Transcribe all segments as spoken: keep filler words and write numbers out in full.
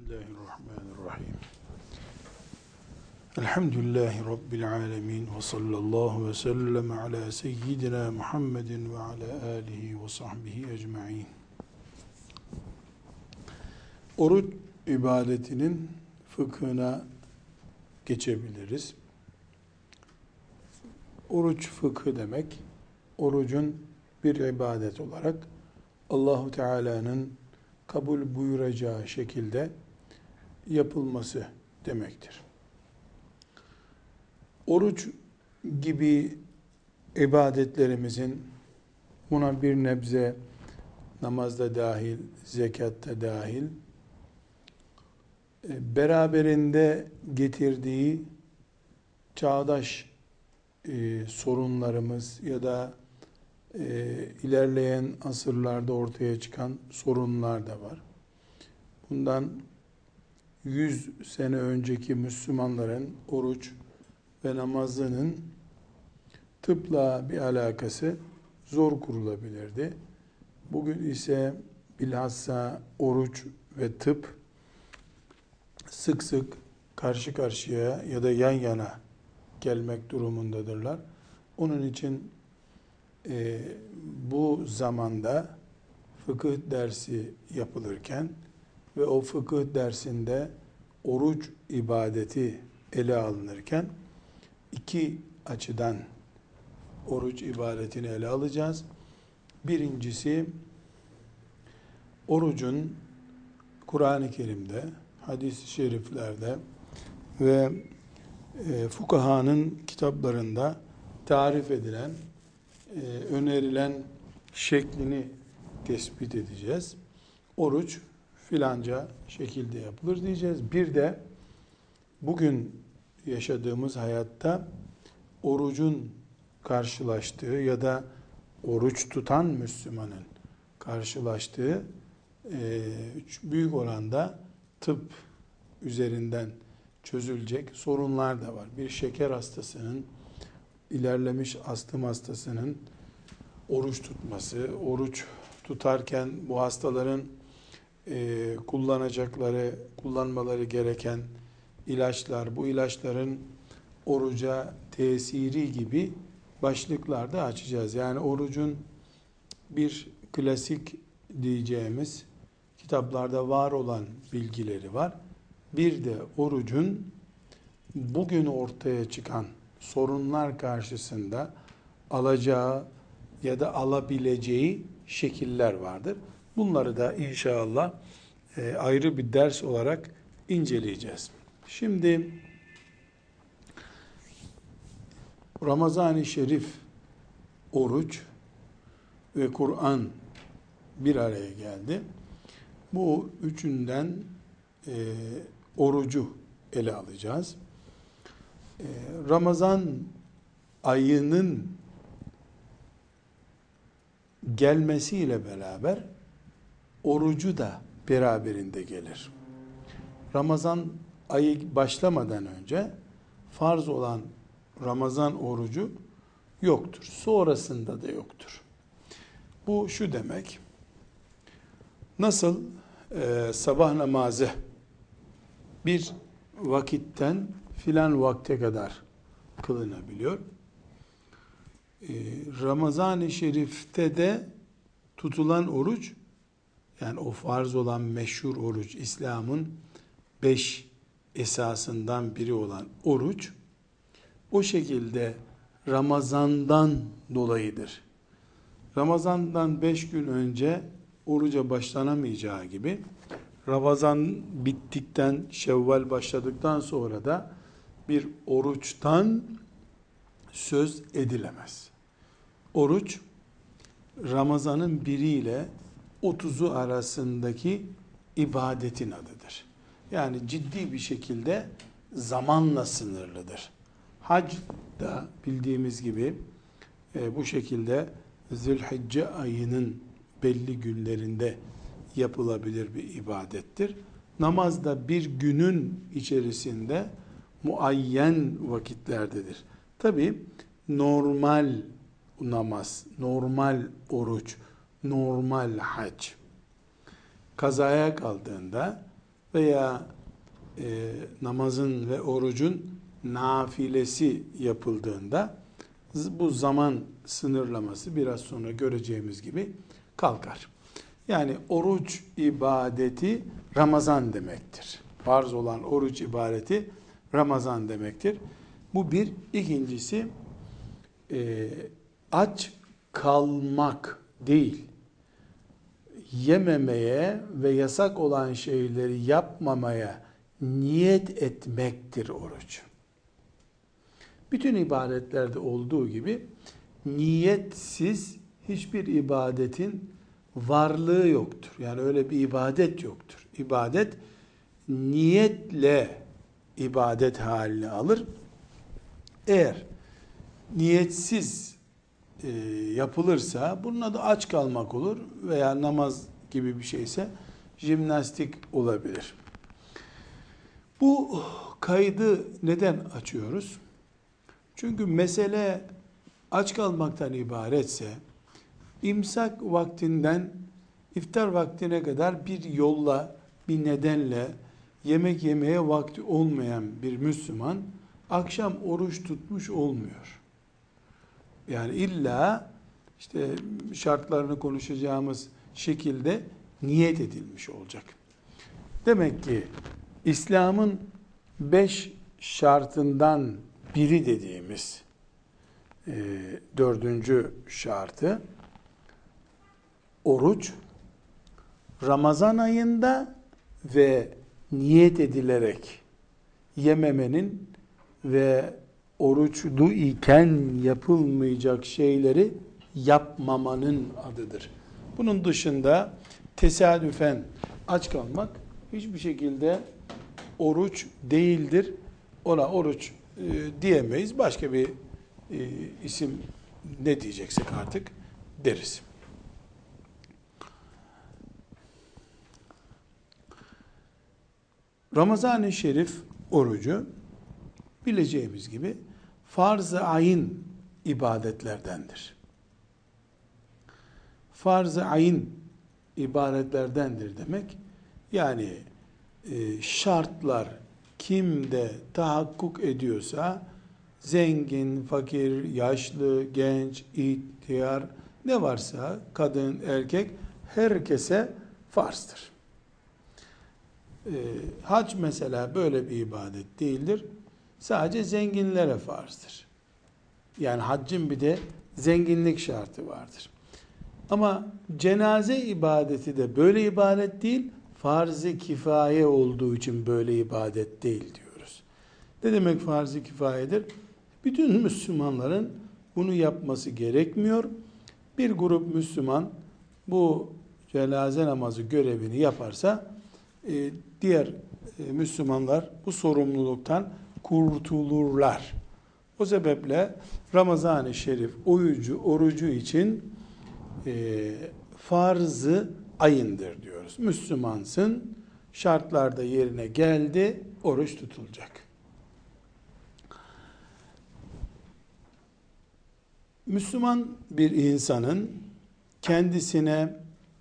Bismillahirrahmanirrahim. Elhamdülillahi Rabbil alemin ve sallallahu ve sellem ala seyyidina Muhammedin ve ala alihi ve sahbihi ecma'in. Oruç ibadetinin fıkhına geçebiliriz. Oruç fıkhı demek, orucun bir ibadet olarak Allahu Teala'nın kabul buyuracağı şekilde yapılması demektir. Oruç gibi ibadetlerimizin buna bir nebze namazda dahil, zekatta dahil beraberinde getirdiği çağdaş e, sorunlarımız ya da e, ilerleyen asırlarda ortaya çıkan sorunlar da var. Bundan yüz sene önceki Müslümanların oruç ve namazının tıpla bir alakası zor kurulabilirdi. Bugün ise bilhassa oruç ve tıp sık sık karşı karşıya ya da yan yana gelmek durumundadırlar. Onun için e, bu zamanda fıkıh dersi yapılırken ve o fıkıh dersinde oruç ibadeti ele alınırken iki açıdan oruç ibadetini ele alacağız. Birincisi, orucun Kur'an-ı Kerim'de, hadis-i şeriflerde ve e, fukahanın kitaplarında tarif edilen, e, önerilen şeklini tespit edeceğiz. Oruç filanca şekilde yapılır diyeceğiz. Bir de bugün yaşadığımız hayatta orucun karşılaştığı ya da oruç tutan Müslümanın karşılaştığı e, büyük oranda tıp üzerinden çözülecek sorunlar da var. Bir şeker hastasının, ilerlemiş astım hastasının oruç tutması, oruç tutarken bu hastaların e, kullanacakları, kullanmaları gereken ilaçlar, bu ilaçların oruca tesiri gibi başlıklarda açacağız. Yani orucun bir klasik diyeceğimiz kitaplarda var olan bilgileri var. Bir de orucun bugün ortaya çıkan sorunlar karşısında alacağı ya da alabileceği şekiller vardır. Bunları da inşallah e, ayrı bir ders olarak inceleyeceğiz. Şimdi Ramazan-ı Şerif, oruç ve Kur'an bir araya geldi. Bu üçünden e, orucu ele alacağız. E, Ramazan ayının gelmesiyle beraber orucu da beraberinde gelir. Ramazan ayı başlamadan önce farz olan Ramazan orucu yoktur. Sonrasında da yoktur. Bu şu demek, nasıl e, sabah namazı bir vakitten filan vakte kadar kılınabiliyor. E, Ramazan-ı Şerif'te de tutulan oruç, yani o farz olan meşhur oruç, İslam'ın beş esasından biri olan oruç, o şekilde Ramazan'dan dolayıdır. Ramazan'dan beş gün önce oruca başlanamayacağı gibi, Ramazan bittikten, Şevval başladıktan sonra da bir oruçtan söz edilemez. Oruç, Ramazan'ın biriyle otuzu arasındaki ibadetin adıdır. Yani ciddi bir şekilde zamanla sınırlıdır. Hac da bildiğimiz gibi e, bu şekilde Zülhicce ayının belli günlerinde yapılabilir bir ibadettir. Namaz da bir günün içerisinde muayyen vakitlerdedir. Tabi normal namaz, normal oruç, normal hac kazaya kaldığında veya e, namazın ve orucun nafilesi yapıldığında bu zaman sınırlaması biraz sonra göreceğimiz gibi kalkar. Yani oruç ibadeti Ramazan demektir. Farz olan oruç ibadeti Ramazan demektir. Bu bir. İkincisi e, aç kalmak değil, yememeye ve yasak olan şeyleri yapmamaya niyet etmektir oruç. Bütün ibadetlerde olduğu gibi niyetsiz hiçbir ibadetin varlığı yoktur. Yani öyle bir ibadet yoktur. İbadet niyetle ibadet haline alır. Eğer niyetsiz e, yapılırsa bunun adı aç kalmak olur veya namaz gibi bir şeyse jimnastik olabilir. Bu kaydı neden açıyoruz? Çünkü mesele aç kalmaktan ibaretse imsak vaktinden iftar vaktine kadar bir yolla, bir nedenle yemek yemeye vakti olmayan bir Müslüman akşam oruç tutmuş olmuyor. Yani illa işte şartlarını konuşacağımız şekilde niyet edilmiş olacak. Demek ki İslam'ın beş şartından biri dediğimiz e, dördüncü şartı oruç Ramazan ayında ve niyet edilerek yememenin ve oruçlu iken yapılmayacak şeyleri yapmamanın adıdır. Bunun dışında tesadüfen aç kalmak hiçbir şekilde oruç değildir. Ona oruç e, diyemeyiz. Başka bir e, isim ne diyeceksek artık deriz. Ramazan-ı Şerif orucu bileceğimiz gibi farz-ı ayın ibadetlerdendir. Farz-ı ayın ibadetlerdendir demek, yani e, şartlar kimde tahakkuk ediyorsa, zengin, fakir, yaşlı, genç, ihtiyar, ne varsa kadın, erkek, herkese farzdır. E, hac mesela böyle bir ibadet değildir. Sadece zenginlere farzdır. Yani haccın bir de zenginlik şartı vardır. Ama cenaze ibadeti de böyle ibadet değil, farz-ı kifaye olduğu için böyle ibadet değil diyoruz. Ne demek farz-ı kifayedir? Bütün Müslümanların bunu yapması gerekmiyor. Bir grup Müslüman bu cenaze namazı görevini yaparsa e, diğer e, Müslümanlar bu sorumluluktan kurtulurlar. O sebeple Ramazan-ı Şerif oyucu, orucu için e, farz-ı ayındır diyoruz. Müslümansın, şartlarda yerine geldi, oruç tutulacak. Müslüman bir insanın kendisine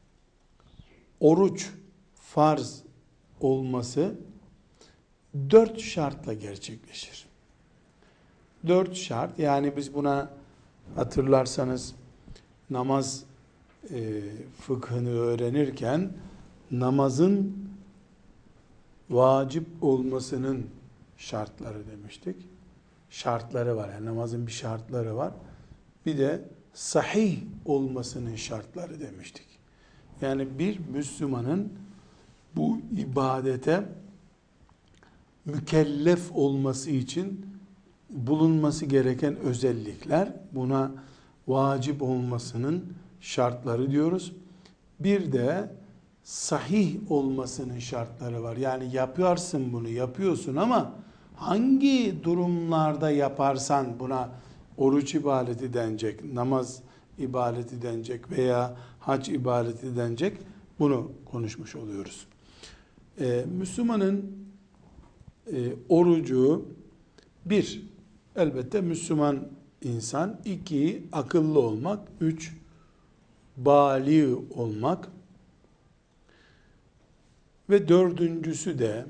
oruç farz olması dört şartla gerçekleşir. Dört şart, yani biz buna hatırlarsanız namaz e, fıkhını öğrenirken namazın vacip olmasının şartları demiştik. Şartları var, yani namazın bir şartları var. Bir de sahih olmasının şartları demiştik. Yani bir Müslümanın bu ibadete mükellef olması için bulunması gereken özellikler, buna vacip olmasının şartları diyoruz. Bir de sahih olmasının şartları var. Yani yapıyorsun bunu, yapıyorsun ama hangi durumlarda yaparsan buna oruç ibadeti denecek, namaz ibadeti denecek veya hac ibadeti denecek, bunu konuşmuş oluyoruz. Ee, Müslümanın e, orucu bir, elbette Müslüman insan; iki, akıllı olmak; üç, bâli olmak Ve dördüncüsü de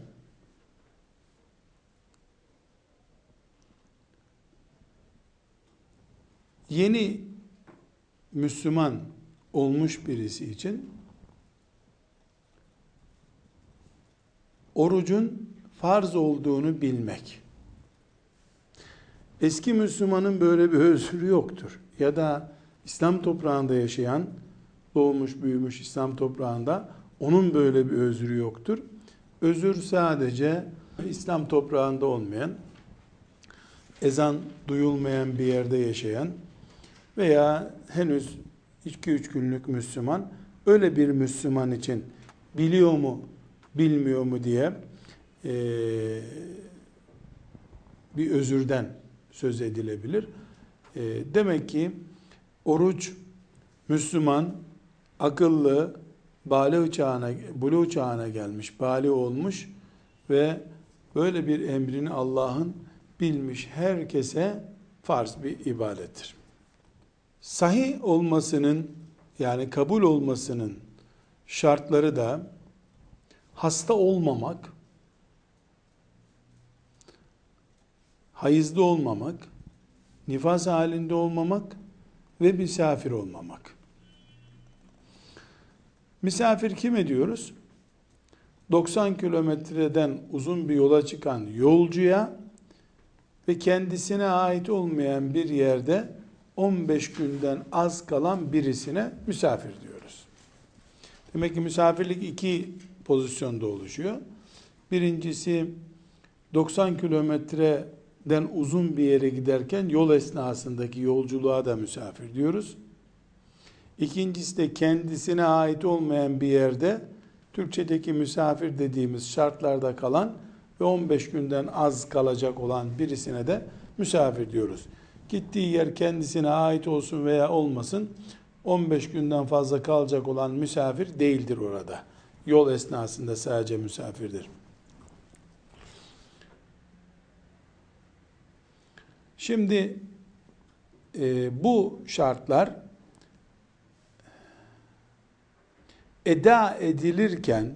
yeni Müslüman olmuş birisi için orucun farz olduğunu bilmek. Eski Müslümanın böyle bir özrü yoktur. Ya da İslam toprağında yaşayan, doğmuş büyümüş İslam toprağında onun böyle bir özrü yoktur. Özür sadece İslam toprağında olmayan, ezan duyulmayan bir yerde yaşayan veya henüz iki üç günlük Müslüman, öyle bir Müslüman için biliyor mu, bilmiyor mu diye e, bir özürden söz edilebilir. E, demek ki oruç, Müslüman, akıllı, bâlığ çağına, buluğ çağına gelmiş, bâlî olmuş ve böyle bir emrini Allah'ın bilmiş herkese farz bir ibadettir. Sahih olmasının, yani kabul olmasının şartları da hasta olmamak, hayızlı olmamak, nifas halinde olmamak ve misafir olmamak. Misafir kime diyoruz? doksan kilometreden uzun bir yola çıkan yolcuya ve kendisine ait olmayan bir yerde on beş günden az kalan birisine misafir diyoruz. Demek ki misafirlik iki pozisyonda oluşuyor. Birincisi doksan kilometreden uzun bir yere giderken yol esnasındaki yolculuğa da misafir diyoruz. İkincisi de kendisine ait olmayan bir yerde Türkçedeki misafir dediğimiz şartlarda kalan ve on beş günden az kalacak olan birisine de misafir diyoruz. Gittiği yer kendisine ait olsun veya olmasın, on beş günden fazla kalacak olan misafir değildir orada. Yol esnasında sadece misafirdir. Şimdi e, bu şartlar eda edilirken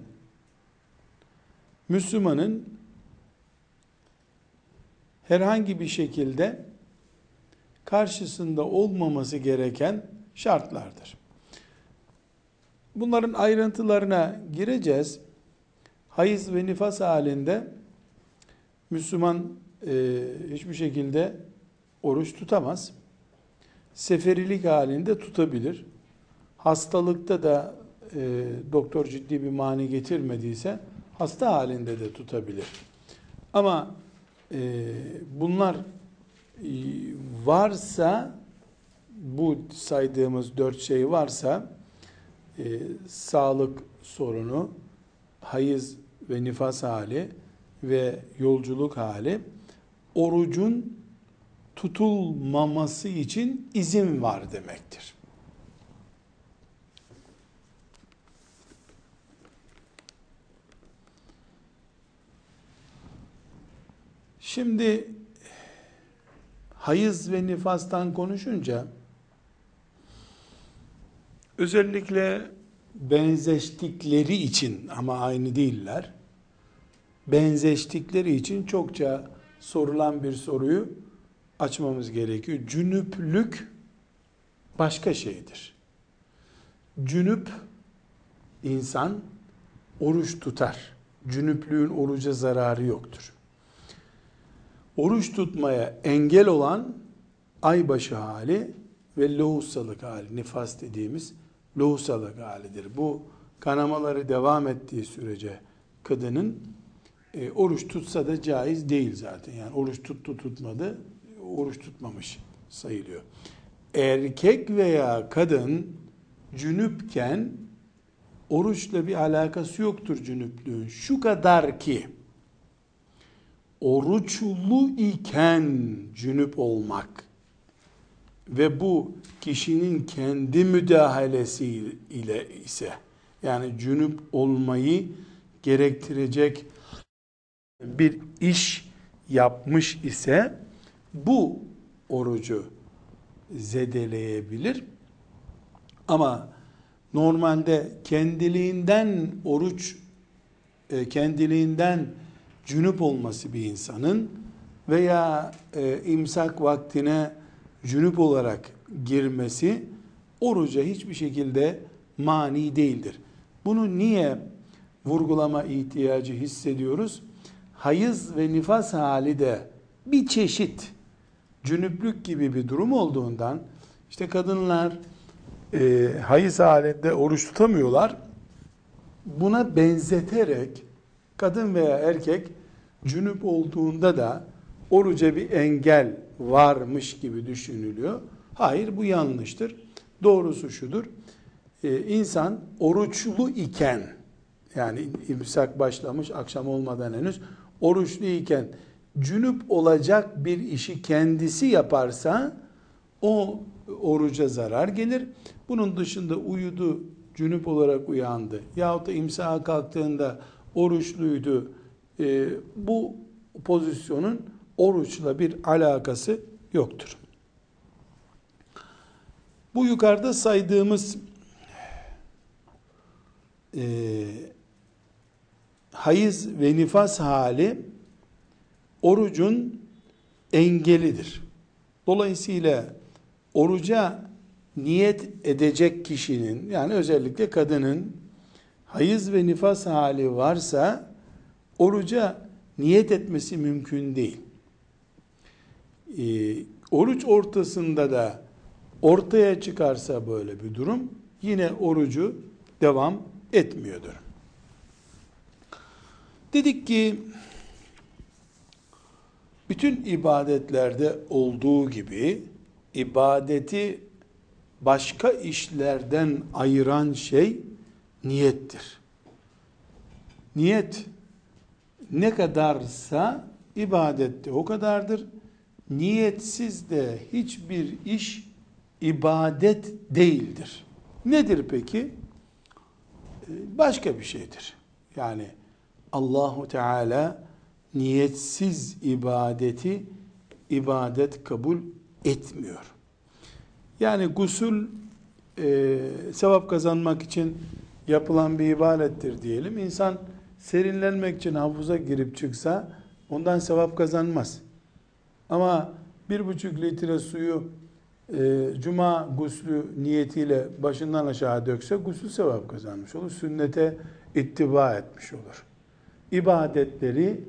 Müslümanın herhangi bir şekilde karşısında olmaması gereken şartlardır. Bunların ayrıntılarına gireceğiz. Hayız ve nifas halinde Müslüman e, hiçbir şekilde oruç tutamaz. Seferilik halinde tutabilir. Hastalıkta da e, doktor ciddi bir mani getirmediyse hasta halinde de tutabilir. Ama e, bunlar e, varsa, bu saydığımız dört şey varsa e, sağlık sorunu, hayız ve nifas hali ve yolculuk hali, orucun tutulmaması için izin var demektir. Şimdi hayız ve nifastan konuşunca özellikle benzeştikleri için, ama aynı değiller, benzeştikleri için çokça sorulan bir soruyu açmamız gerekiyor. Cünüplük başka şeydir. Cünüp insan oruç tutar. Cünüplüğün oruca zararı yoktur. Oruç tutmaya engel olan aybaşı hali ve lohusalık hali, nifas dediğimiz lohusalık halidir. Bu kanamaları devam ettiği sürece kadının e, oruç tutsa da caiz değil zaten. Yani oruç tuttu tutmadı, oruç tutmamış sayılıyor. Erkek veya kadın cünüpken oruçla bir alakası yoktur cünüplüğün. Şu kadar ki oruçlu iken cünüp olmak ve bu kişinin kendi müdahalesi ile ise, yani cünüp olmayı gerektirecek bir iş yapmış ise bu orucu zedeleyebilir. Ama normalde kendiliğinden oruç e, kendiliğinden cünüp olması bir insanın veya e, imsak vaktine cünüp olarak girmesi oruca hiçbir şekilde mani değildir. Bunu niye vurgulama ihtiyacı hissediyoruz? Hayız ve nifas hali de bir çeşit cünüplük gibi bir durum olduğundan, işte kadınlar e, hayız halinde oruç tutamıyorlar. Buna benzeterek kadın veya erkek cünüp olduğunda da oruca bir engel varmış gibi düşünülüyor. Hayır, bu yanlıştır. Doğrusu şudur: Ee, insan oruçlu iken, yani imsak başlamış akşam olmadan henüz, oruçlu iken cünüp olacak bir işi kendisi yaparsa o oruca zarar gelir. Bunun dışında uyudu, cünüp olarak uyandı yahut da imsaha kalktığında oruçluydu, Ee, bu pozisyonun oruçla bir alakası yoktur. Bu yukarıda saydığımız e, hayız ve nifas hali orucun engelidir. Dolayısıyla oruca niyet edecek kişinin, yani özellikle kadının hayız ve nifas hali varsa oruca niyet etmesi mümkün değil. E, oruç ortasında da ortaya çıkarsa böyle bir durum, yine orucu devam etmiyordur. Dedik ki bütün ibadetlerde olduğu gibi ibadeti başka işlerden ayıran şey niyettir. Niyet ne kadarsa ibadette o kadardır. Niyetsiz de hiçbir iş ibadet değildir. Nedir peki? Başka bir şeydir. Yani Allahu Teala niyetsiz ibadeti ibadet kabul etmiyor. Yani gusül e, sevap kazanmak için yapılan bir ibadettir diyelim. İnsan serinlenmek için havuza girip çıksa ondan sevap kazanmaz. Ama bir buçuk litre suyu e, cuma guslü niyetiyle başından aşağı dökse gusül sevap kazanmış olur. Sünnete ittiba etmiş olur. İbadetleri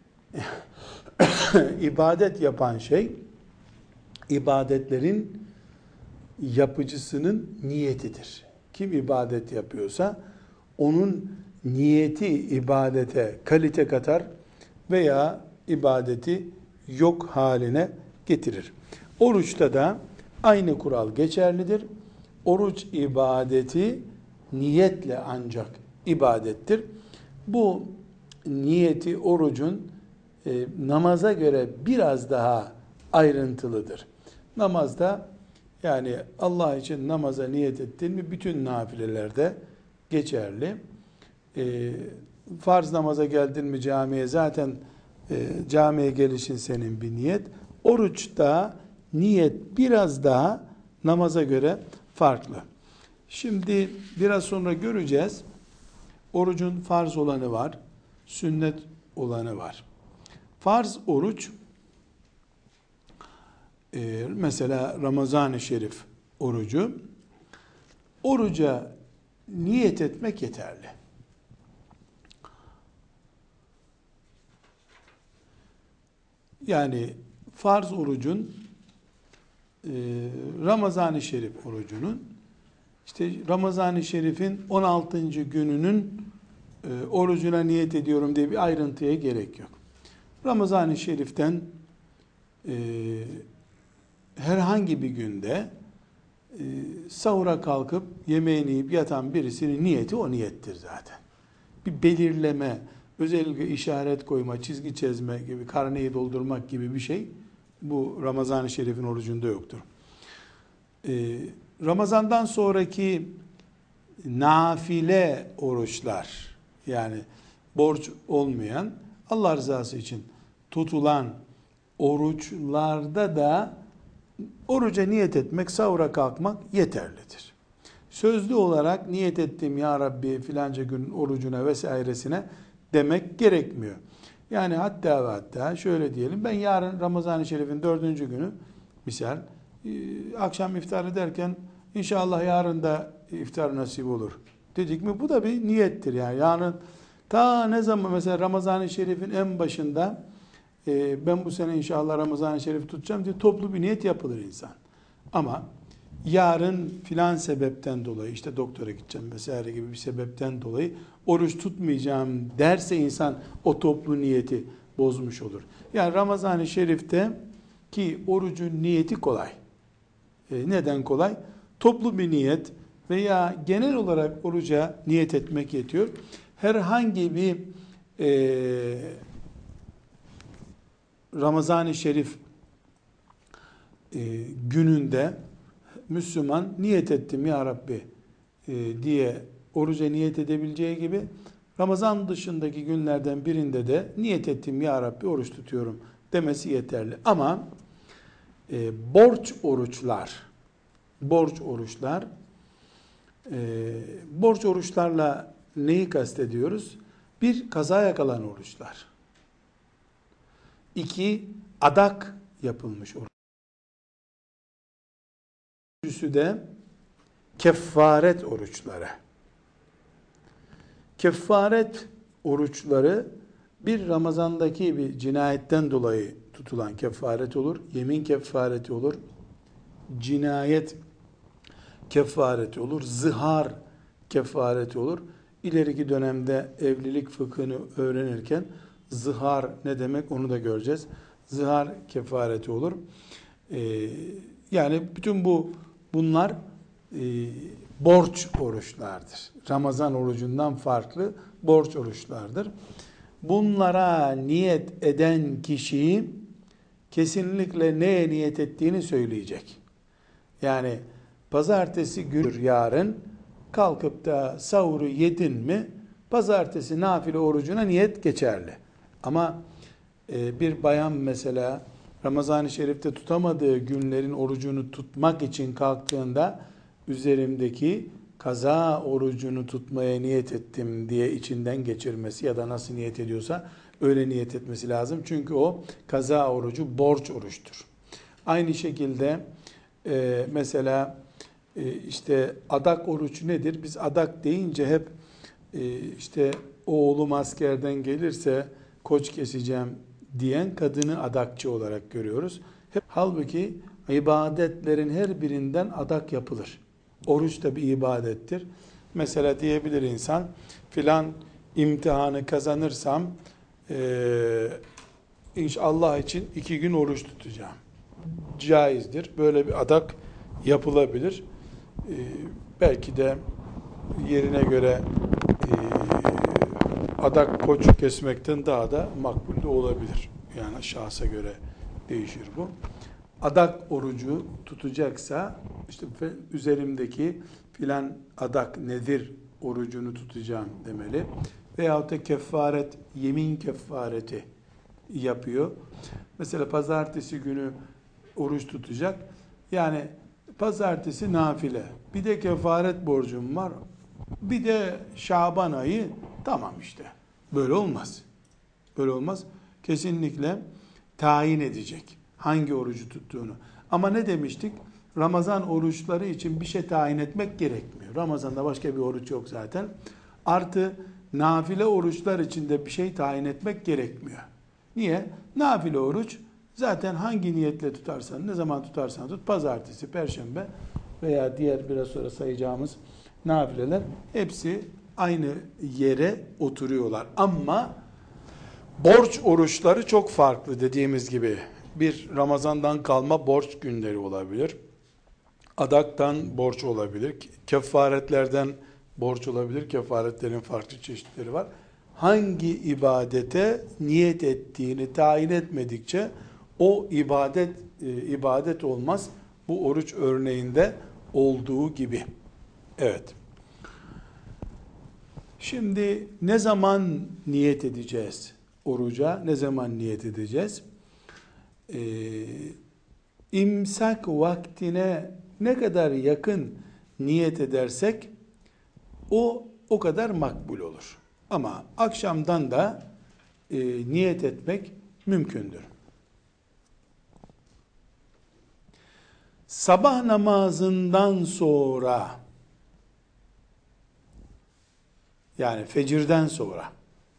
ibadet yapan şey ibadetlerin yapıcısının niyetidir. Kim ibadet yapıyorsa onun niyeti ibadete kalite katar veya ibadeti yok haline getirir. Oruçta da aynı kural geçerlidir. Oruç ibadeti niyetle ancak ibadettir. Bu niyeti orucun e, namaza göre biraz daha ayrıntılıdır. Namazda, yani Allah için namaza niyet ettin mi bütün nafilelerde geçerli. E, farz namaza geldin mi camiye, zaten e, camiye gelişin senin bir niyet. Oruçta niyet biraz daha namaza göre farklı. Şimdi biraz sonra göreceğiz. Orucun farz olanı var, sünnet olanı var. Farz oruç, e, mesela Ramazan-ı Şerif orucu, oruca niyet etmek yeterli. Yani farz orucun, e, Ramazan-ı Şerif orucunun, işte Ramazan-ı Şerif'in on altıncı gününün e, orucuna niyet ediyorum diye bir ayrıntıya gerek yok. Ramazan-ı Şerif'ten e, herhangi bir günde e, sahura kalkıp yemeğini yiyip yatan birisinin niyeti o niyettir zaten. Bir belirleme, özellikle işaret koyma, çizgi çizme gibi, karneyi doldurmak gibi bir şey bu Ramazan-ı Şerif'in orucunda yoktur. Ee, Ramazan'dan sonraki nafile oruçlar, yani borç olmayan, Allah rızası için tutulan oruçlarda da oruca niyet etmek, sahura kalkmak yeterlidir. Sözlü olarak niyet ettim ya Rabbi filanca günün orucuna vesairesine demek gerekmiyor. Yani hatta ve hatta şöyle diyelim, ben yarın Ramazan-ı Şerif'in dördüncü günü misal e, akşam iftar ederken inşallah yarın da iftar nasip olur dedik mi, bu da bir niyettir. Yani yarın ta ne zaman mesela Ramazan-ı Şerif'in en başında e, ben bu sene inşallah Ramazan-ı Şerif tutacağım diye toplu bir niyet yapılır insan. Ama yarın filan sebepten dolayı, işte doktora gideceğim vesaire gibi bir sebepten dolayı oruç tutmayacağım derse insan o toplu niyeti bozmuş olur. Yani Ramazan-ı Şerif'te ki orucun niyeti kolay. E, neden kolay? Toplu bir niyet veya genel olarak oruca niyet etmek yetiyor. Herhangi bir e, Ramazan-ı Şerif e, gününde Müslüman niyet ettim ya Rabbi e, diye oruca niyet edebileceği gibi Ramazan dışındaki günlerden birinde de niyet ettim ya Rabbi oruç tutuyorum demesi yeterli. Ama e, borç oruçlar, borç oruçlar, e, borç oruçlarla neyi kastediyoruz? Bir, kazaya kalan oruçlar. İki, adak yapılmış oruç. Üçüncüsü de kefaret oruçları. Kefaret oruçları bir Ramazan'daki bir cinayetten dolayı tutulan kefaret olur, yemin kefareti olur, cinayet kefareti olur, zihar kefareti olur. İleriki dönemde evlilik fıkhını öğrenirken zihar ne demek onu da göreceğiz. Zihar kefareti olur. Ee, yani bütün bu bunlar e, borç oruçlardır. Ramazan orucundan farklı borç oruçlardır. Bunlara niyet eden kişi kesinlikle neye niyet ettiğini söyleyecek. Yani pazartesi günü yarın kalkıp da sahuru yedin mi pazartesi nafile orucuna niyet geçerli. Ama e, bir bayan mesela Ramazan-ı Şerif'te tutamadığı günlerin orucunu tutmak için kalktığında üzerimdeki kaza orucunu tutmaya niyet ettim diye içinden geçirmesi ya da nasıl niyet ediyorsa öyle niyet etmesi lazım. Çünkü o kaza orucu borç oruçtur. Aynı şekilde e, mesela e, işte adak orucu nedir? Biz adak deyince hep e, işte oğlum askerden gelirse koç keseceğim diyen kadını adakçı olarak görüyoruz. Hep, halbuki ibadetlerin her birinden adak yapılır. Oruç da bir ibadettir. Mesela diyebilir insan, filan imtihanı kazanırsam e, inşallah için iki gün oruç tutacağım. Caizdir. Böyle bir adak yapılabilir. E, belki de yerine göre e, adak koç kesmekten daha da makbul de olabilir. Yani şahsa göre değişir bu. Adak orucu tutacaksa işte üzerimdeki filan adak nedir orucunu tutacağım demeli. Veyahut da kefaret, yemin kefareti yapıyor. Mesela pazartesi günü oruç tutacak. Yani pazartesi nafile. Bir de kefaret borcum var. Bir de Şaban ayı, tamam işte. Böyle olmaz. Böyle olmaz. Kesinlikle tayin edecek hangi orucu tuttuğunu. Ama ne demiştik? Ramazan oruçları için bir şey tayin etmek gerekmiyor. Ramazan'da başka bir oruç yok zaten. Artı nafile oruçlar için de bir şey tayin etmek gerekmiyor. Niye? Nafile oruç zaten hangi niyetle tutarsan, ne zaman tutarsan tut, pazartesi, perşembe veya diğer biraz sonra sayacağımız nafileler hepsi aynı yere oturuyorlar. Ama borç oruçları çok farklı dediğimiz gibi. Bir Ramazan'dan kalma borç günleri olabilir. Adaktan borç olabilir. Kefaretlerden borç olabilir. Kefaretlerin farklı çeşitleri var. Hangi ibadete niyet ettiğini tayin etmedikçe o ibadet e, ibadet olmaz. Bu oruç örneğinde olduğu gibi. Evet. Şimdi ne zaman niyet edeceğiz oruca? Ne zaman niyet edeceğiz? Ee, imsak vaktine ne kadar yakın niyet edersek o o kadar makbul olur. Ama akşamdan da e, niyet etmek mümkündür. Sabah namazından sonra, yani fecirden sonra,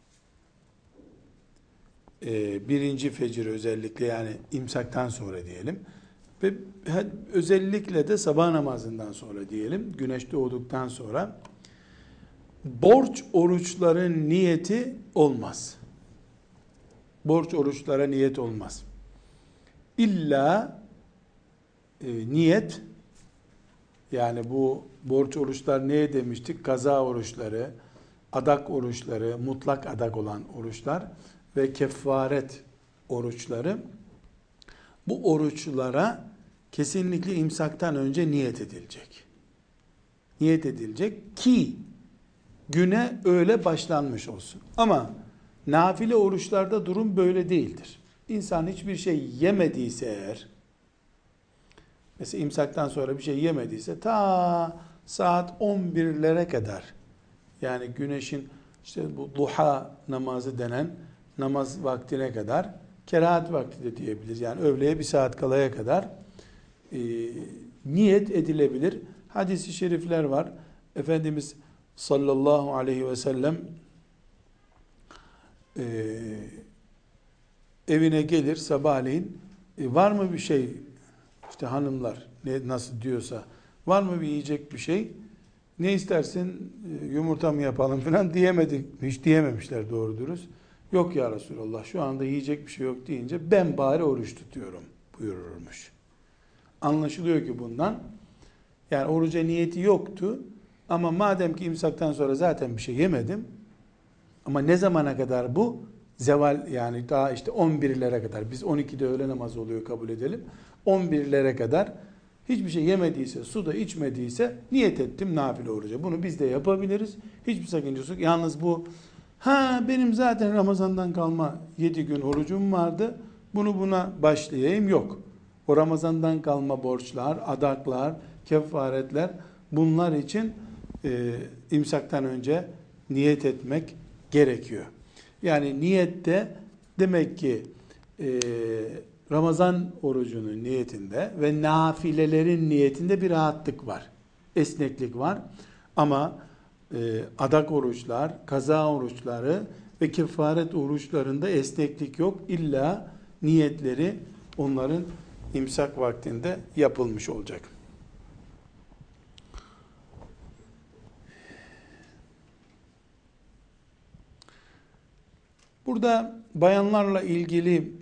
e, birinci fecir özellikle, yani imsaktan sonra diyelim ve özellikle de sabah namazından sonra diyelim, güneş doğduktan sonra borç oruçların niyeti olmaz. Borç oruçlara niyet olmaz. İlla e, niyet, yani bu borç oruçlar neye demiştik? Kaza oruçları, adak oruçları, mutlak adak olan oruçlar ve kefaret oruçları. Bu oruçlara kesinlikle imsaktan önce niyet edilecek. Niyet edilecek ki güne öyle başlanmış olsun. Ama nafile oruçlarda durum böyle değildir. İnsan hiçbir şey yemediyse eğer, mesela imsaktan sonra bir şey yemediyse ta saat on birlere kadar, yani güneşin işte bu duha namazı denen namaz vaktine kadar, kerahat vakti de diyebilir. Yani öğleye bir saat kalaya kadar e, niyet edilebilir. Hadis-i şerifler var. Efendimiz sallallahu aleyhi ve sellem e, evine gelir sabahleyin, e, var mı bir şey, işte hanımlar ne nasıl diyorsa, var mı bir yiyecek bir şey, ne istersin, e, yumurta mı yapalım falan diyemedik, hiç diyememişler doğru dürüst. Yok ya Resulallah, şu anda yiyecek bir şey yok deyince ben bari oruç tutuyorum buyururmuş. Anlaşılıyor ki bundan, yani oruca niyeti yoktu ama madem ki imsaktan sonra zaten bir şey yemedim, ama ne zamana kadar bu? Zeval, yani daha işte on birlere kadar, biz on ikide öğle namazı oluyor kabul edelim, on birlere kadar hiçbir şey yemediyse, su da içmediyse niyet ettim nafile oruca. Bunu biz de yapabiliriz. Hiçbir sakıncası yok. Yalnız bu, ha benim zaten Ramazan'dan kalma yedi gün orucum vardı, bunu buna başlayayım, yok. O Ramazan'dan kalma borçlar, adaklar, kefaretler, bunlar için e, imsaktan önce niyet etmek gerekiyor. Yani niyette demek ki e, Ramazan orucunun niyetinde ve nafilelerin niyetinde bir rahatlık var. Esneklik var. Ama e, adak oruçlar, kaza oruçları ve kefaret oruçlarında esneklik yok. İlla niyetleri onların imsak vaktinde yapılmış olacak. Burada bayanlarla ilgili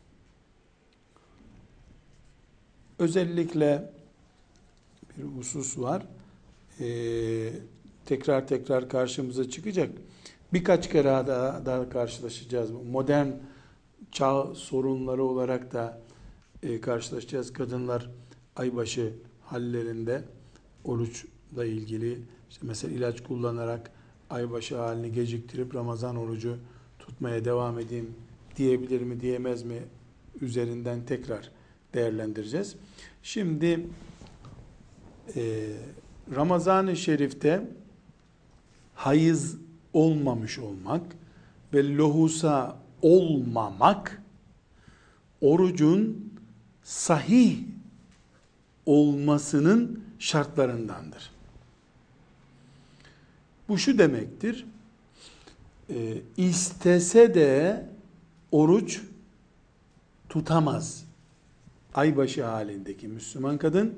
özellikle bir husus var. Ee, tekrar tekrar karşımıza çıkacak. Birkaç kere daha, daha karşılaşacağız. Modern çağ sorunları olarak da e, karşılaşacağız. Kadınlar aybaşı hallerinde oruçla ilgili, işte mesela ilaç kullanarak aybaşı halini geciktirip Ramazan orucu tutmaya devam edeyim diyebilir mi diyemez mi üzerinden tekrar değerlendireceğiz. Şimdi e, Ramazan-ı Şerif'te hayız olmamış olmak ve lohusa olmamak orucun sahih olmasının şartlarındandır. Bu şu demektir: e, istese de oruç tutamaz aybaşı halindeki Müslüman kadın,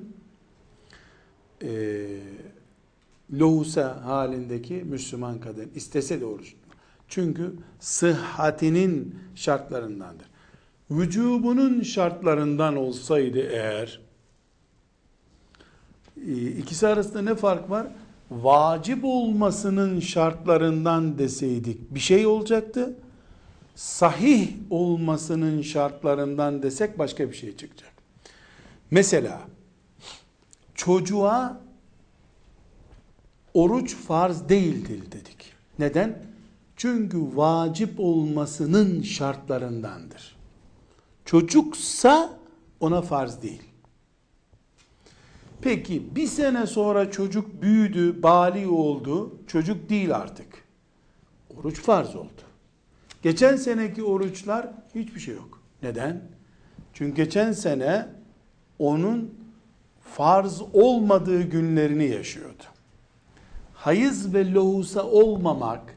e, lohusa halindeki Müslüman kadın istese de oruç tutmaz. Çünkü sıhhatinin şartlarındandır. Vücubunun şartlarından olsaydı eğer, ikisi arasında ne fark var? Vacip olmasının şartlarından deseydik bir şey olacaktı. Sahih olmasının şartlarından desek başka bir şey çıkacak. Mesela çocuğa oruç farz değildir dedik. Neden? Çünkü vacip olmasının şartlarındandır. Çocuksa ona farz değil. Peki bir sene sonra çocuk büyüdü, bali oldu, çocuk değil artık. Oruç farz oldu. Geçen seneki oruçlar hiçbir şey yok. Neden? Çünkü geçen sene onun farz olmadığı günlerini yaşıyordu. Hayız ve lohusa olmamak,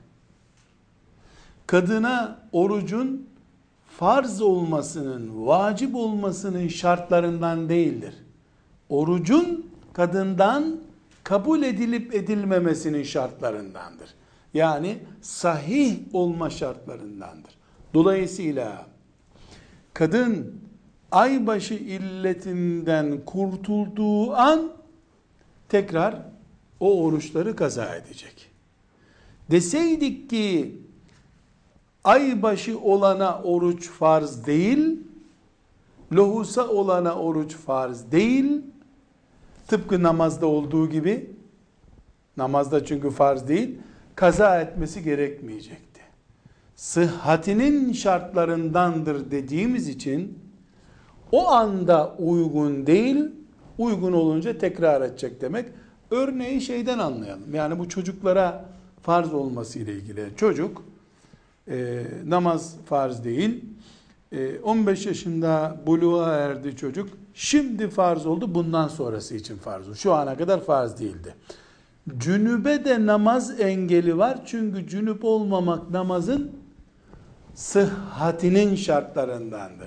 kadına orucun farz olmasının, vacip olmasının şartlarından değildir. Orucun kadından kabul edilip edilmemesinin şartlarındandır. Yani sahih olma şartlarındandır. Dolayısıyla kadın aybaşı illetinden kurtulduğu an tekrar o oruçları kaza edecek. Deseydik ki aybaşı olana oruç farz değil, lohusa olana oruç farz değil, tıpkı namazda olduğu gibi, namazda çünkü farz değil, kaza etmesi gerekmeyecekti. Sıhhatinin şartlarındandır dediğimiz için o anda uygun değil, uygun olunca tekrar edecek demek. Örneği şeyden anlayalım. Yani bu çocuklara farz olması ile ilgili. Çocuk e, namaz farz değil. E, on beş yaşında buluğa erdi çocuk. Şimdi farz oldu. Bundan sonrası için farz oldu. Şu ana kadar farz değildi. Cünübe de namaz engeli var. Çünkü cünüp olmamak namazın sıhhatinin şartlarındandır.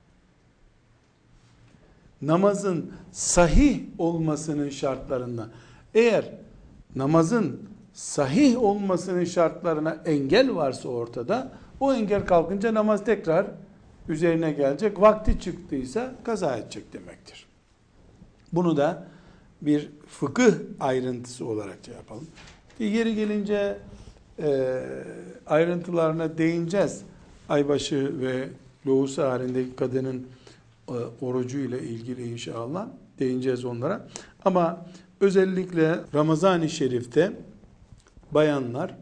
Namazın sahih olmasının şartlarından. Eğer namazın sahih olmasının şartlarına engel varsa ortada, o engel kalkınca namaz tekrar üzerine gelecek. Vakti çıktıysa kaza edecek demektir. Bunu da bir fıkıh ayrıntısı olarak şey yapalım. Yeri gelince e, ayrıntılarına değineceğiz. Aybaşı ve lohusa halindeki kadının e, orucu ile ilgili inşallah değineceğiz onlara. Ama özellikle Ramazan-ı Şerif'te bayanlar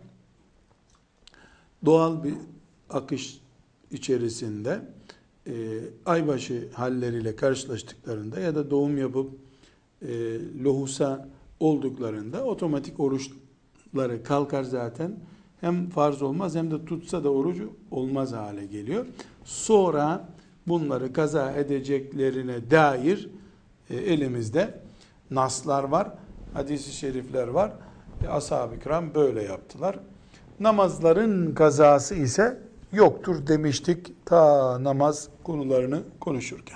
doğal bir akış içerisinde e, aybaşı halleriyle karşılaştıklarında ya da doğum yapıp e, lohusa olduklarında otomatik oruçları kalkar zaten. Hem farz olmaz hem de tutsa da orucu olmaz hale geliyor. Sonra bunları kaza edeceklerine dair e, elimizde naslar var, hadis-i şerifler var. E, ashab-ı kiram böyle yaptılar. Namazların kazası ise yoktur demiştik ta namaz konularını konuşurken.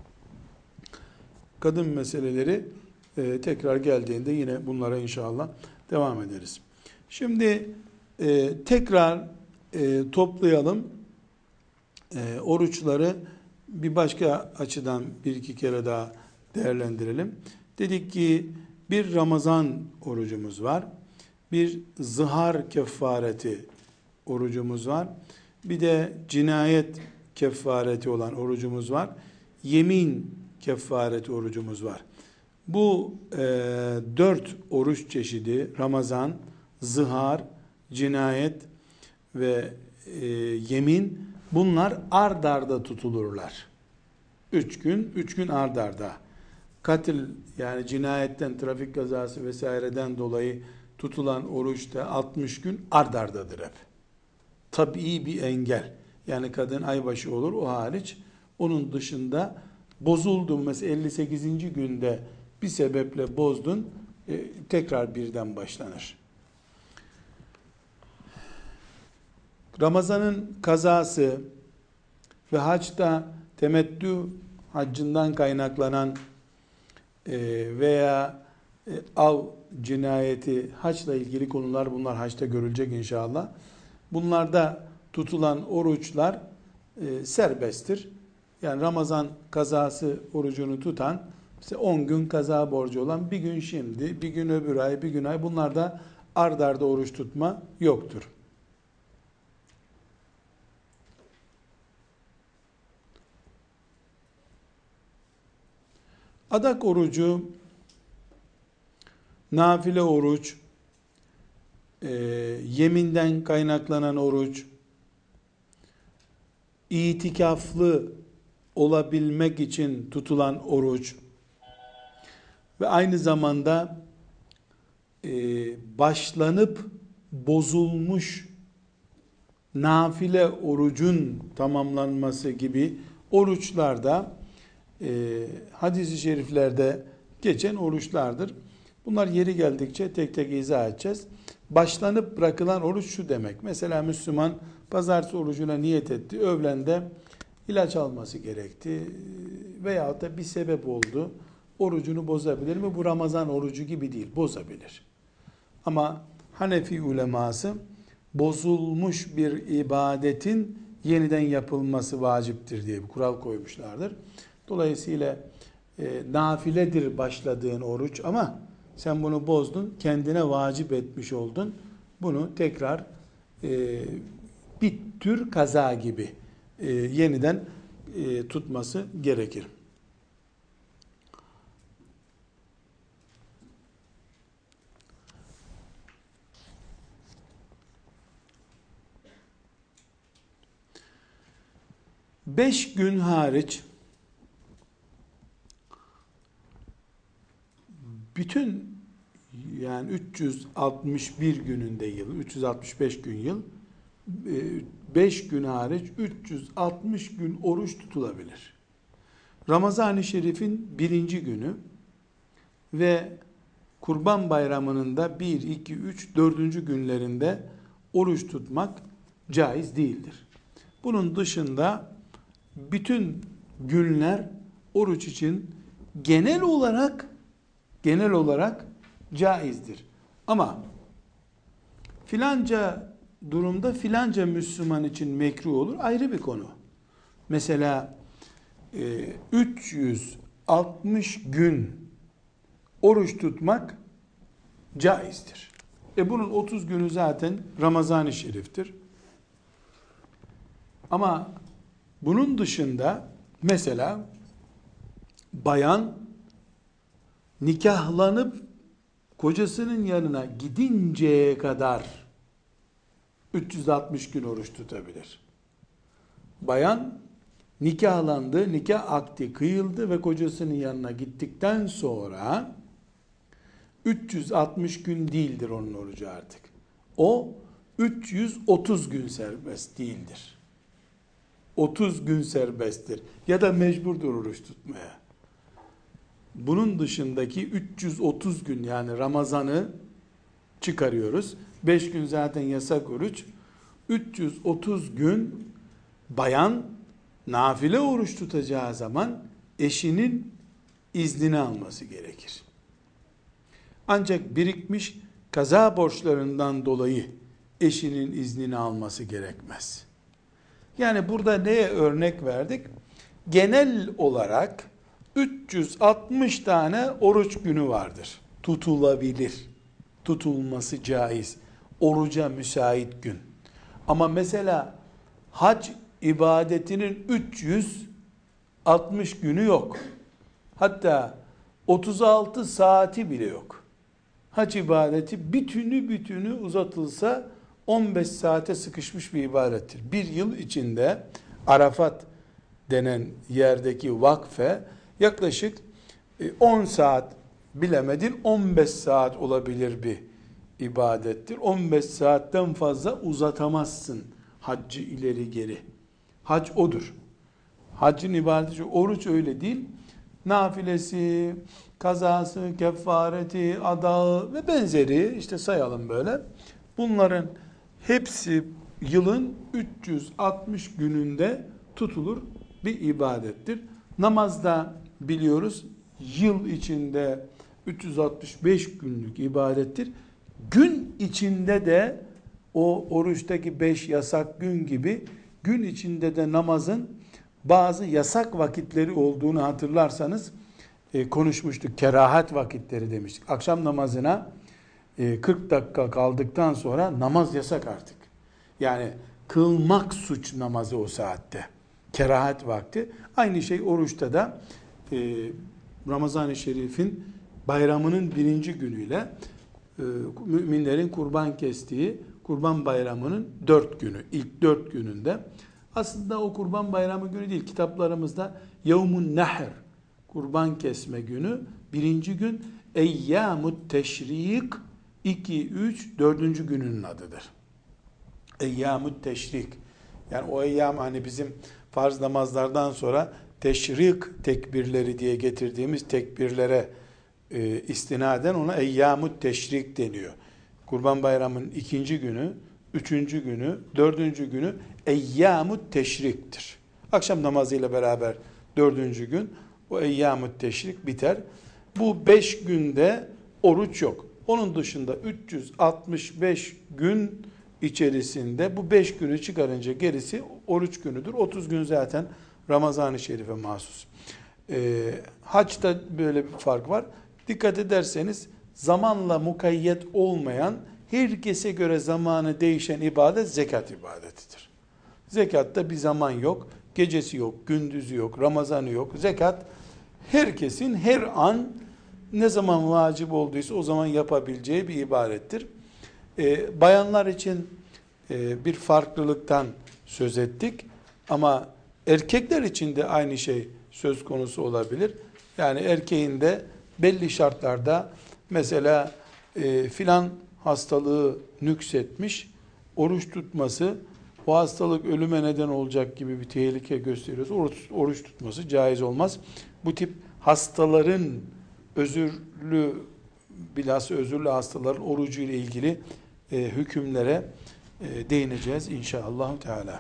Kadın meseleleri e, tekrar geldiğinde yine bunlara inşallah devam ederiz. Şimdi e, tekrar e, toplayalım. E, oruçları bir başka açıdan bir iki kere daha değerlendirelim. Dedik ki bir Ramazan orucumuz var. Bir zihar kefareti orucumuz var. Bir de cinayet kefareti olan orucumuz var. Yemin kefareti orucumuz var. Bu e, dört oruç çeşidi Ramazan, zihar, cinayet ve e, yemin, bunlar ard arda tutulurlar. Üç gün, üç gün ard arda. Katil yani cinayetten, trafik kazası vesaireden dolayı tutulan oruçta altmış gün ard ardadır hep. Tabii bir engel. Yani kadın aybaşı olur o hariç. Onun dışında bozuldun mesela elli sekizinci günde bir sebeple bozdun, e, tekrar birden başlanır. Ramazan'ın kazası ve haçta temettü haccından kaynaklanan e, veya e, av cinayeti, haçla ilgili konular, bunlar haçta görülecek inşallah. Bunlarda tutulan oruçlar e, serbesttir. Yani Ramazan kazası orucunu tutan, işte on gün kaza borcu olan, bir gün şimdi, bir gün öbür ay, bir gün ay, bunlarda ard arda oruç tutma yoktur. Adak orucu, nafile oruç, e, yeminden kaynaklanan oruç, itikaflı olabilmek için tutulan oruç ve aynı zamanda e, başlanıp bozulmuş nafile orucun tamamlanması gibi oruçlarda e, hadis-i şeriflerde geçen oruçlardır. Bunlar yeri geldikçe tek tek izah edeceğiz. Başlanıp bırakılan oruç şu demek. Mesela Müslüman pazartesi orucuna niyet etti. Öğlende ilaç alması gerekti veyahut da bir sebep oldu. Orucunu bozabilir mi? Bu Ramazan orucu gibi değil, bozabilir. Ama Hanefi uleması bozulmuş bir ibadetin yeniden yapılması vaciptir diye bir kural koymuşlardır. Dolayısıyla e, nafiledir başladığın oruç ama sen bunu bozdun, kendine vacip etmiş oldun. Bunu tekrar e, bir tür kaza gibi e, yeniden e, tutması gerekir. Beş gün hariç bütün yani üç yüz altmış bir gününde yıl, üç yüz altmış beş gün yıl, beş gün hariç üç yüz altmış gün oruç tutulabilir. Ramazan-ı Şerif'in birinci günü ve Kurban Bayramı'nın da bir, iki, üç, dördüncü günlerinde oruç tutmak caiz değildir. Bunun dışında bütün günler oruç için genel olarak genel olarak caizdir. Ama filanca durumda filanca Müslüman için mekruh olur, ayrı bir konu. Mesela üç yüz altmış gün oruç tutmak caizdir. E bunun otuz günü zaten Ramazan-ı Şerif'tir. Ama bunun dışında mesela bayan nikahlanıp kocasının yanına gidinceye kadar üç yüz altmış gün oruç tutabilir. Bayan nikahlandı, nikah akdi kıyıldı ve kocasının yanına gittikten sonra üç yüz altmış gün değildir onun orucu artık. O üç yüz otuz gün serbest değildir. otuz gün serbesttir ya da mecburdur oruç tutmaya. Bunun dışındaki üç yüz otuz gün yani Ramazan'ı çıkarıyoruz. beş gün zaten yasak oruç. üç yüz otuz gün bayan nafile oruç tutacağı zaman eşinin iznini alması gerekir. Ancak birikmiş kaza borçlarından dolayı eşinin iznini alması gerekmez. Yani burada neye örnek verdik? Genel olarak üç yüz altmış tane oruç günü vardır. Tutulabilir. Tutulması caiz. Oruca müsait gün. Ama mesela hac ibadetinin üç yüz altmış günü yok. Hatta otuz altı saati bile yok. Hac ibadeti bütünü bütünü uzatılsa on beş saate sıkışmış bir ibadettir. Bir yıl içinde Arafat denen yerdeki vakfe yaklaşık on saat bilemedin on beş saat olabilir bir ibadettir. on beş saatten fazla uzatamazsın haccı ileri geri. Hac odur. Haccın ibadeti, oruç öyle değil. Nafilesi, kazası, kefareti, adağı ve benzeri işte sayalım böyle. Bunların hepsi yılın üç yüz altmış gününde tutulur bir ibadettir. Namazda biliyoruz yıl içinde üç yüz altmış beş günlük ibadettir. Gün içinde de o oruçtaki beş yasak gün gibi gün içinde de namazın bazı yasak vakitleri olduğunu hatırlarsanız e, konuşmuştuk. Kerahat vakitleri demiştik. Akşam namazına e, kırk dakika kaldıktan sonra namaz yasak artık. Yani kılmak suç namazı o saatte. Kerahat vakti. Aynı şey oruçta da e, Ramazan-ı Şerif'in bayramının birinci günüyle e, müminlerin kurban kestiği kurban bayramının dört günü, ilk dört gününde. Aslında o kurban bayramı günü değil, kitaplarımızda Yevmun Nehr, kurban kesme günü, birinci gün Eyyâmut Teşrik, iki, üç, dördüncü gününün adıdır. Eyyamut teşrik. Yani o eyyam, hani bizim farz namazlardan sonra teşrik tekbirleri diye getirdiğimiz tekbirlere e, istinaden ona eyyamut teşrik deniyor. Kurban Bayramı'nın ikinci günü, üçüncü günü, dördüncü günü eyyamut teşriktir. Akşam namazıyla beraber dördüncü gün o eyyamut teşrik biter. Bu beş günde oruç yok. Onun dışında üç yüz altmış beş gün içerisinde bu beş günü çıkarınca gerisi oruç günüdür. otuz gün zaten Ramazan-ı Şerif'e mahsus. Ee, Haçta böyle bir fark var. Dikkat ederseniz zamanla mukayyet olmayan, herkese göre zamanı değişen ibadet zekat ibadetidir. Zekatta bir zaman yok, gecesi yok, gündüzü yok, Ramazanı yok. Zekat herkesin her an ne zaman vacip olduysa o zaman yapabileceği bir ibadettir. Ee, bayanlar için e, bir farklılıktan söz ettik ama erkekler için de aynı şey söz konusu olabilir. Yani erkeğin de belli şartlarda, mesela e, filan hastalığı nüksetmiş, oruç tutması o hastalık ölüme neden olacak gibi bir tehlike gösteriyorsa oruç, oruç tutması caiz olmaz. Bu tip hastaların, özürlü, bilhassa özürlü hastaların orucu ile ilgili e, hükümlere e, değineceğiz inşallah Teala.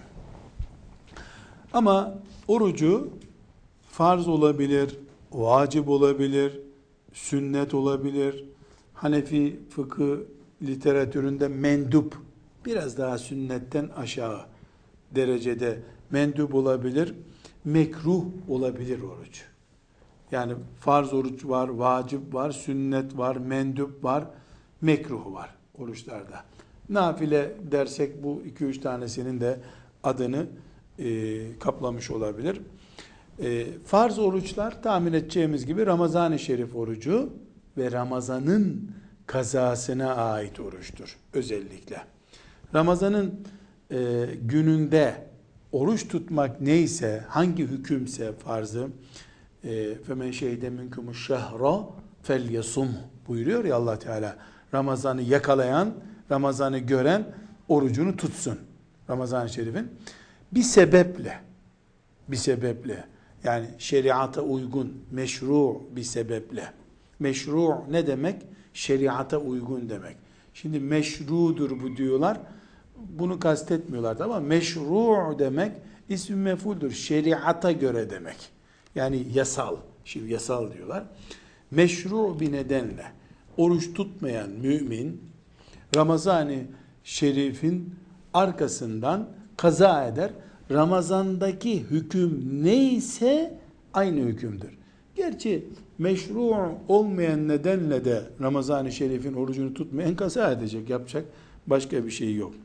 Ama orucu farz olabilir, vacip olabilir, sünnet olabilir. Hanefi fıkıh literatüründe mendup, biraz daha sünnetten aşağı derecede mendup olabilir, mekruh olabilir oruç. Yani farz oruç var, vacip var, sünnet var, mendup var, mekruh var oruçlarda. Nafile dersek bu iki üç tanesinin de adını e, kaplamış olabilir. E, farz oruçlar tahmin edeceğimiz gibi Ramazan-ı Şerif orucu ve Ramazan'ın kazasına ait oruçtur özellikle. Ramazan'ın e, gününde oruç tutmak neyse, hangi hükümse farzı, فَمَنْ شَهِدَ مِنْكُمُ الشَّهْرَ فَلْيَصُمْ buyuruyor ya Allah Teala. Ramazan'ı yakalayan, Ramazan'ı gören orucunu tutsun. Ramazan-ı Şerif'in bir sebeple, bir sebeple, yani şeriata uygun, meşru bir sebeple. Meşru ne demek? Şeriata uygun demek. Şimdi meşrudur bu diyorlar. Bunu kastetmiyorlar ama meşru demek ismi mef'uldür. Şeriata göre demek. Yani yasal. Şimdi yasal diyorlar. Meşru bir nedenle oruç tutmayan mümin Ramazan-ı Şerif'in arkasından kaza eder. Ramazandaki hüküm neyse aynı hükümdür. Gerçi meşru olmayan nedenle de Ramazan-ı Şerif'in orucunu tutmayan kaza edecek. Yapacak başka bir şey yok.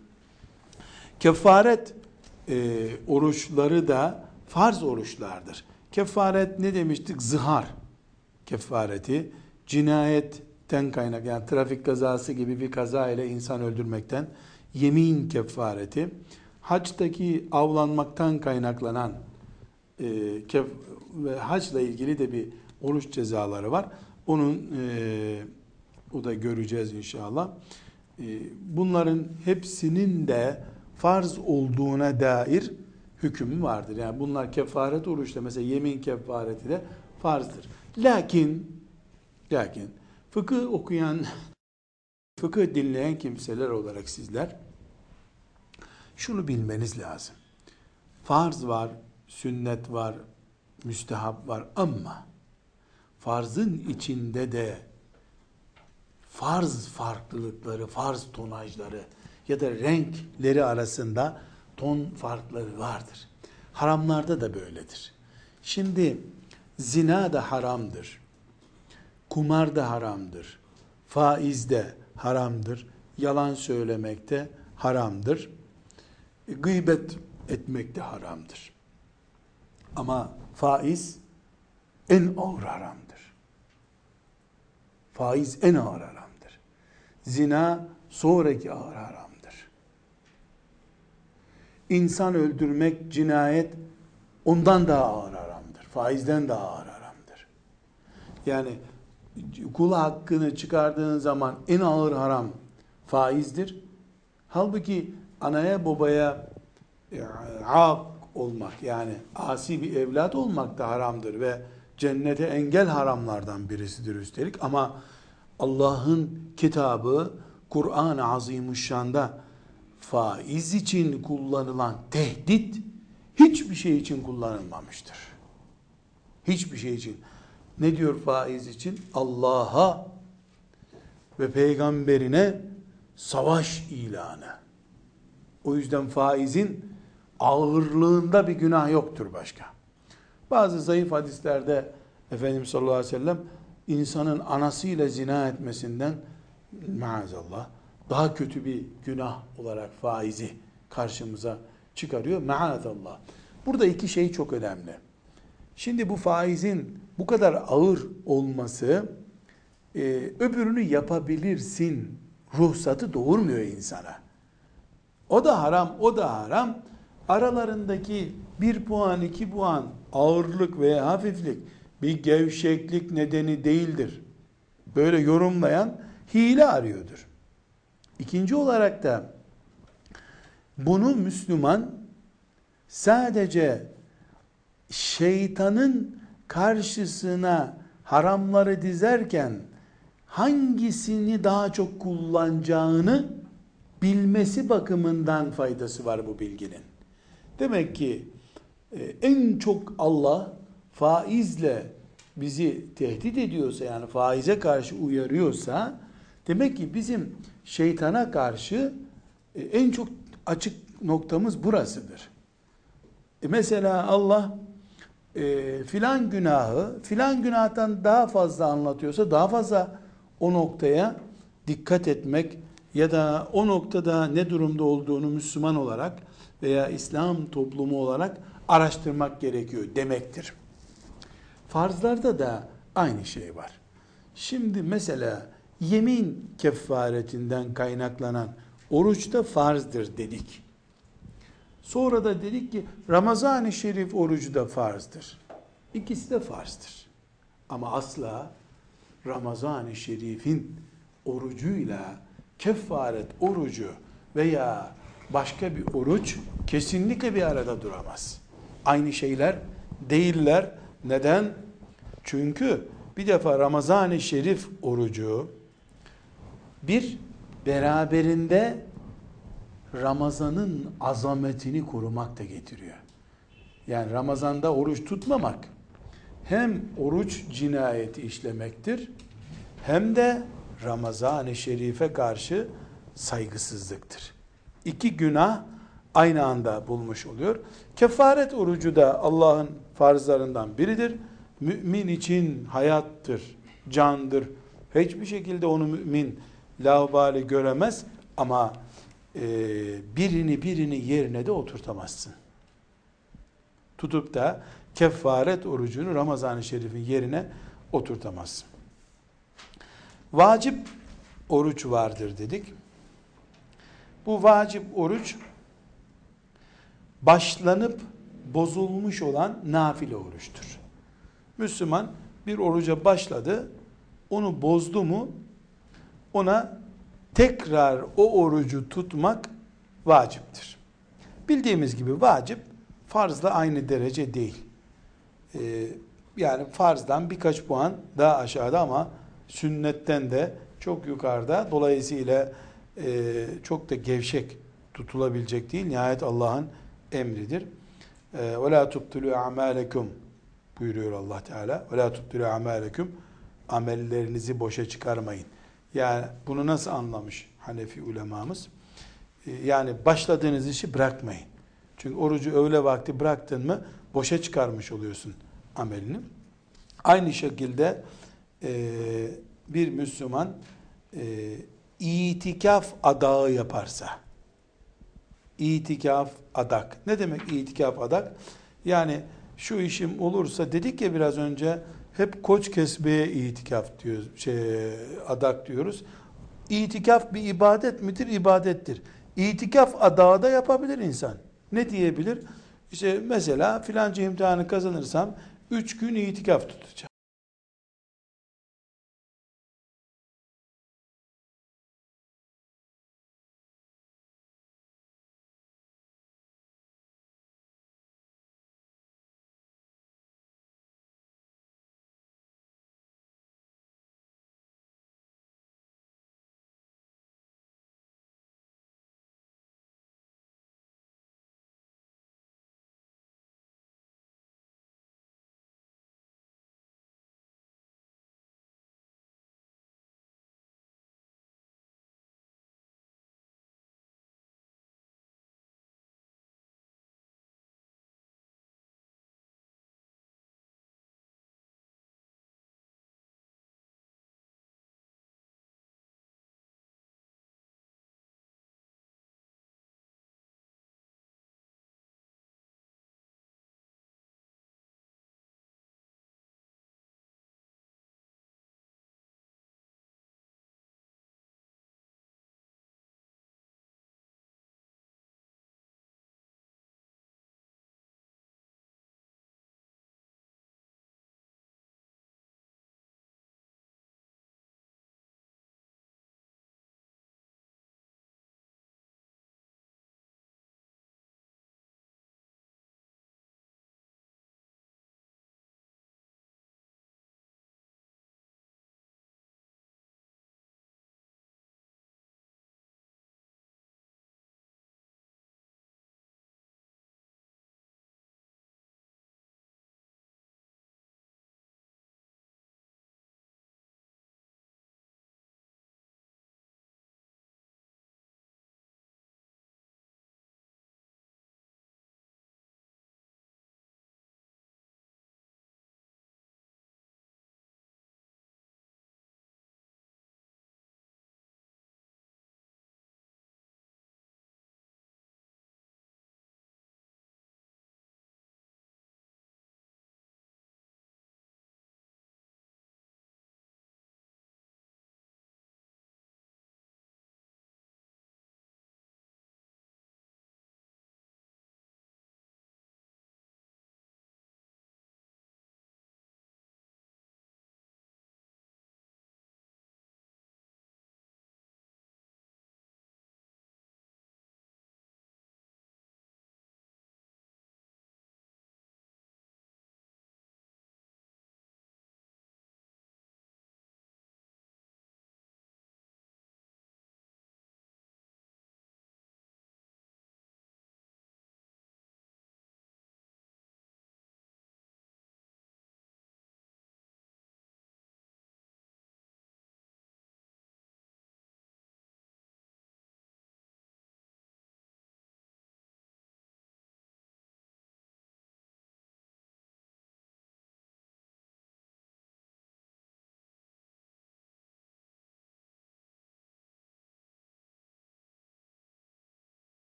Kefaret e, oruçları da farz oruçlardır. Kefaret ne demiştik? Zihar kefareti, cinayetten kaynak, yani trafik kazası gibi bir kaza ile insan öldürmekten yemin kefareti, haçtaki avlanmaktan kaynaklanan e, kef ve haçla ilgili de bir oruç cezaları var. Onun e, o da göreceğiz inşallah. E, bunların hepsinin de farz olduğuna dair hükmü vardır. Yani bunlar kefaret oruçta, mesela yemin kefareti de farzdır. Lakin lakin fıkıh okuyan, fıkıh dinleyen kimseler olarak sizler şunu bilmeniz lazım. Farz var, sünnet var, müstehap var ama farzın içinde de farz farklılıkları, farz tonajları ya da renkleri arasında ton farkları vardır. Haramlarda da böyledir. Şimdi zina da haramdır. Kumar da haramdır. Faiz de haramdır. Yalan söylemek de haramdır. Gıybet etmek de haramdır. Ama faiz en ağır haramdır. Faiz en ağır haramdır. Zina sonraki ağır haramdır. İnsan öldürmek, cinayet ondan daha ağır haramdır. Faizden daha ağır haramdır. Yani kul hakkını çıkardığın zaman en ağır haram faizdir. Halbuki anaya babaya e, ak olmak, yani asi bir evlat olmak da haramdır ve cennete engel haramlardan birisidir üstelik. Ama Allah'ın kitabı Kur'an-ı Azimuşşan'da faiz için kullanılan tehdit hiçbir şey için kullanılmamıştır. Hiçbir şey için. Ne diyor faiz için? Allah'a ve peygamberine savaş ilanı. O yüzden faizin ağırlığında bir günah yoktur başka. Bazı zayıf hadislerde Efendimiz sallallahu aleyhi ve sellem insanın anasıyla zina etmesinden maazallah daha kötü bir günah olarak faizi karşımıza çıkarıyor. Maazallah. Burada iki şey çok önemli. Şimdi bu faizin bu kadar ağır olması e, öbürünü yapabilirsin ruhsatı doğurmuyor insana. O da haram, o da haram. Aralarındaki bir puan, iki puan ağırlık veya hafiflik bir gevşeklik nedeni değildir. Böyle yorumlayan hile arıyordur. İkinci olarak da bunu Müslüman sadece şeytanın karşısına haramları dizerken hangisini daha çok kullanacağını bilmesi bakımından faydası var bu bilginin. Demek ki en çok Allah faizle bizi tehdit ediyorsa, yani faize karşı uyarıyorsa, demek ki bizim şeytana karşı en çok açık noktamız burasıdır. E mesela Allah e, filan günahı filan günahtan daha fazla anlatıyorsa daha fazla o noktaya dikkat etmek ya da o noktada ne durumda olduğunu Müslüman olarak veya İslam toplumu olarak araştırmak gerekiyor demektir. Farzlarda da aynı şey var. Şimdi mesela yemin kefaretinden kaynaklanan oruç da farzdır dedik. Sonra da dedik ki Ramazan-ı Şerif orucu da farzdır. İkisi de farzdır. Ama asla Ramazan-ı Şerif'in orucuyla kefaret orucu veya başka bir oruç kesinlikle bir arada duramaz. Aynı şeyler değiller. Neden? Çünkü bir defa Ramazan-ı Şerif orucu bir beraberinde Ramazan'ın azametini korumak da getiriyor. Yani Ramazan'da oruç tutmamak hem oruç cinayeti işlemektir hem de Ramazan-ı Şerif'e karşı saygısızlıktır. İki günah aynı anda bulmuş oluyor. Kefaret orucu da Allah'ın farzlarından biridir. Mümin için hayattır, candır. Hiçbir şekilde onu mümin laubali göremez ama e, birini birini yerine de oturtamazsın. Tutup da kefaret orucunu Ramazan-ı Şerif'in yerine oturtamazsın. Vacip oruç vardır dedik. Bu vacip oruç başlanıp bozulmuş olan nafile oruçtur. Müslüman bir oruca başladı, onu bozdu mu ona tekrar o orucu tutmak vaciptir. Bildiğimiz gibi vacip farzla aynı derece değil. Ee, yani farzdan birkaç puan daha aşağıda ama sünnetten de çok yukarıda. Dolayısıyla e, çok da gevşek tutulabilecek değil. Nihayet Allah'ın emridir. وَلَا تُبْتُلُوا اَعْمَالَكُمْ buyuruyor Allah Teala. وَلَا تُبْتُلُوا اَعْمَالَكُمْ amellerinizi boşa çıkarmayın. Yani bunu nasıl anlamış Hanefi ulemamız? Yani başladığınız işi bırakmayın. Çünkü orucu öğle vakti bıraktın mı boşa çıkarmış oluyorsun amelini. Aynı şekilde e, bir Müslüman e, itikaf adağı yaparsa, itikaf adak. Ne demek itikaf adak? Yani şu işim olursa dedik ya biraz önce hep koç kesmeye itikaf diyoruz, şey, adak diyoruz. İtikaf bir ibadet midir? İbadettir. İtikaf adağı da yapabilir insan. Ne diyebilir? İşte mesela filanca imtihanı kazanırsam üç gün itikaf tutacağım.